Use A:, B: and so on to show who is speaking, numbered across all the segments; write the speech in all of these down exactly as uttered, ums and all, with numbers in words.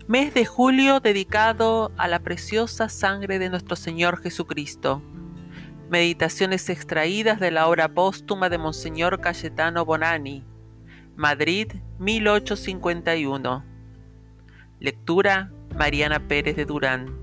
A: Mes de julio dedicado a la preciosa sangre de nuestro Señor Jesucristo. Meditaciones extraídas de la obra póstuma de Monseñor Cayetano Bonanni, Madrid, mil ochocientos cincuenta y uno. Lectura Mariana Pérez de Durán.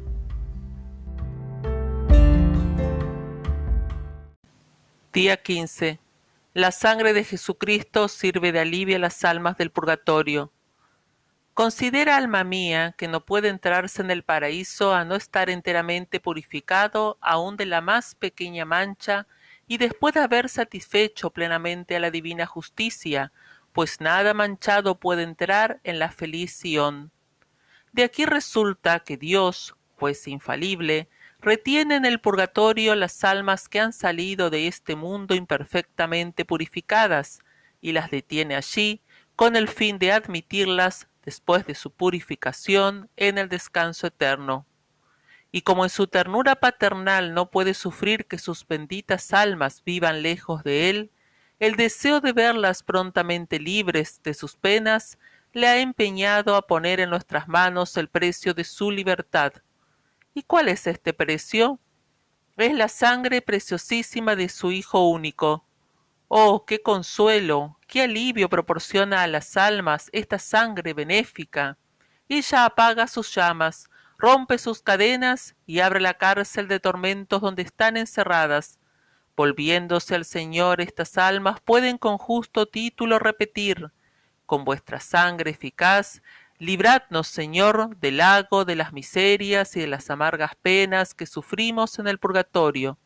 A: Día quince. La sangre de Jesucristo sirve de alivio a las almas del purgatorio. Considera, alma mía, que no puede entrarse en el paraíso a no estar enteramente purificado aun de la más pequeña mancha, y después de haber satisfecho plenamente a la divina justicia, pues nada manchado puede entrar en la feliz Sión. De aquí resulta que Dios, juez infalible, retiene en el purgatorio las almas que han salido de este mundo imperfectamente purificadas, y las detiene allí con el fin de admitirlas después de su purificación en el descanso eterno. Y como en su ternura paternal no puede sufrir que sus benditas almas vivan lejos de él, el deseo de verlas prontamente libres de sus penas le ha empeñado a poner en nuestras manos el precio de su libertad. ¿Y cuál es este precio? Es la sangre preciosísima de su Hijo único. ¡Oh, qué consuelo, qué alivio proporciona a las almas esta sangre benéfica! Ella apaga sus llamas, rompe sus cadenas y abre la cárcel de tormentos donde están encerradas. Volviéndose al Señor, estas almas pueden con justo título repetir: con vuestra sangre eficaz, libradnos, Señor, del lago de las miserias y de las amargas penas que sufrimos en el purgatorio.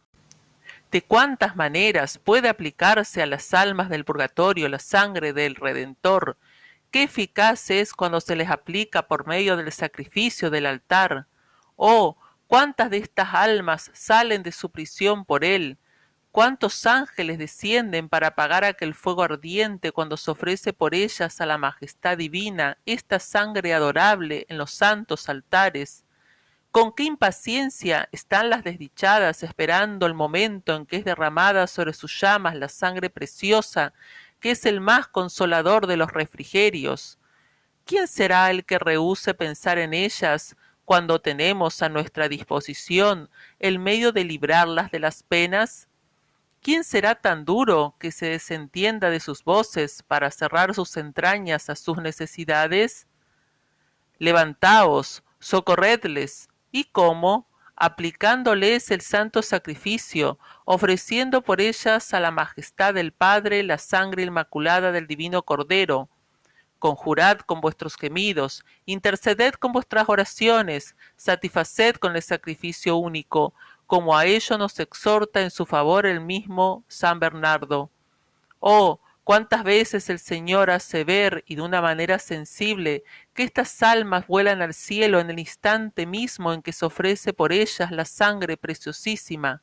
A: ¿De cuántas maneras puede aplicarse a las almas del purgatorio la sangre del Redentor? Qué eficaz es cuando se les aplica por medio del sacrificio del altar. Oh, cuántas de estas almas salen de su prisión por él. Cuántos ángeles descienden para apagar aquel fuego ardiente cuando se ofrece por ellas a la majestad divina esta sangre adorable en los santos altares. Con qué impaciencia están las desdichadas esperando el momento en que es derramada sobre sus llamas la sangre preciosa, que es el más consolador de los refrigerios. ¿Quién será el que rehúse pensar en ellas cuando tenemos a nuestra disposición el medio de librarlas de las penas? ¿Quién será tan duro que se desentienda de sus voces para cerrar sus entrañas a sus necesidades? Levantaos, socorredles. ¿Y cómo? Aplicándoles el santo sacrificio, ofreciendo por ellas a la majestad del Padre la sangre inmaculada del divino Cordero. Conjurad con vuestros gemidos, interceded con vuestras oraciones, satisfaced con el sacrificio único, como a ello nos exhorta en su favor el mismo San Bernardo. Oh, cuántas veces el Señor hace ver, y de una manera sensible, que estas almas vuelan al cielo en el instante mismo en que se ofrece por ellas la sangre preciosísima.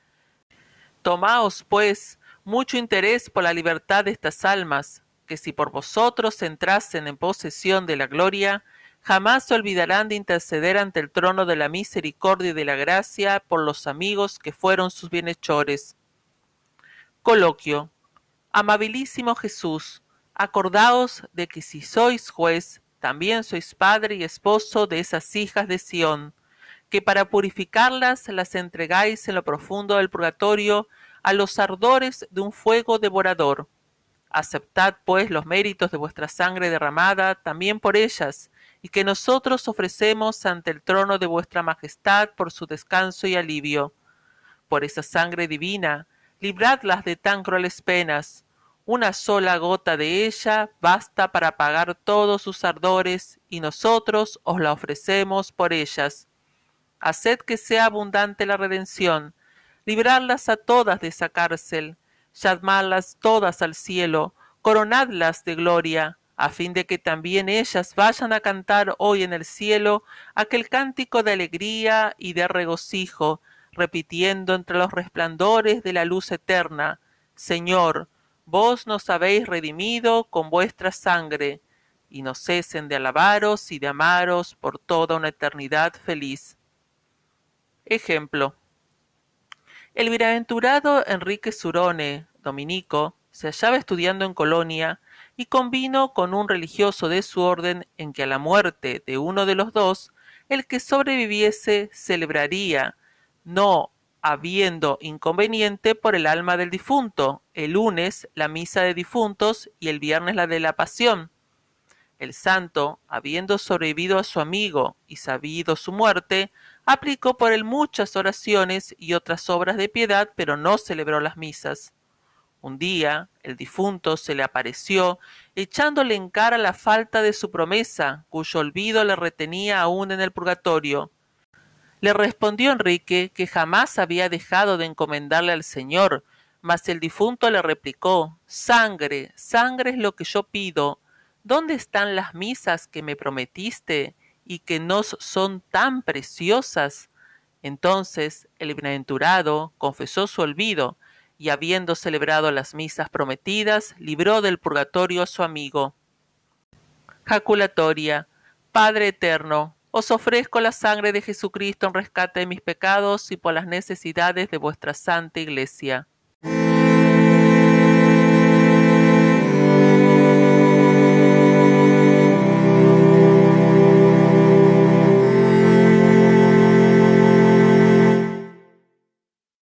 A: Tomaos, pues, mucho interés por la libertad de estas almas, que si por vosotros entrasen en posesión de la gloria, jamás se olvidarán de interceder ante el trono de la misericordia y de la gracia por los amigos que fueron sus bienhechores. Coloquio. Amabilísimo Jesús, acordaos de que si sois juez, también sois padre y esposo de esas hijas de Sión, que para purificarlas las entregáis en lo profundo del purgatorio a los ardores de un fuego devorador. Aceptad, pues, los méritos de vuestra sangre derramada también por ellas, y que nosotros ofrecemos ante el trono de vuestra majestad por su descanso y alivio. Por esa sangre divina, libradlas de tan crueles penas. Una sola gota de ella basta para apagar todos sus ardores, y nosotros os la ofrecemos por ellas. Haced que sea abundante la redención, libradlas a todas de esa cárcel, llamadlas todas al cielo, coronadlas de gloria, a fin de que también ellas vayan a cantar hoy en el cielo aquel cántico de alegría y de regocijo, repitiendo entre los resplandores de la luz eterna: Señor, vos nos habéis redimido con vuestra sangre, y no cesen de alabaros y de amaros por toda una eternidad feliz. Ejemplo. El bienaventurado Enrique Surone, dominico, se hallaba estudiando en Colonia y convino con un religioso de su orden en que a la muerte de uno de los dos, el que sobreviviese celebraría, no habiendo inconveniente por el alma del difunto, el lunes la misa de difuntos y el viernes la de la pasión. El santo, habiendo sobrevivido a su amigo y sabido su muerte, aplicó por él muchas oraciones y otras obras de piedad, pero no celebró las misas. Un día el difunto se le apareció, echándole en cara la falta de su promesa, cuyo olvido le retenía aún en el purgatorio. Le respondió Enrique que jamás había dejado de encomendarle al Señor, mas el difunto le replicó: Sangre, sangre es lo que yo pido. ¿Dónde están las misas que me prometiste y que nos son tan preciosas? Entonces el bienaventurado confesó su olvido, y habiendo celebrado las misas prometidas, libró del purgatorio a su amigo. Jaculatoria. Padre eterno, os ofrezco la sangre de Jesucristo en rescate de mis pecados y por las necesidades de vuestra santa Iglesia.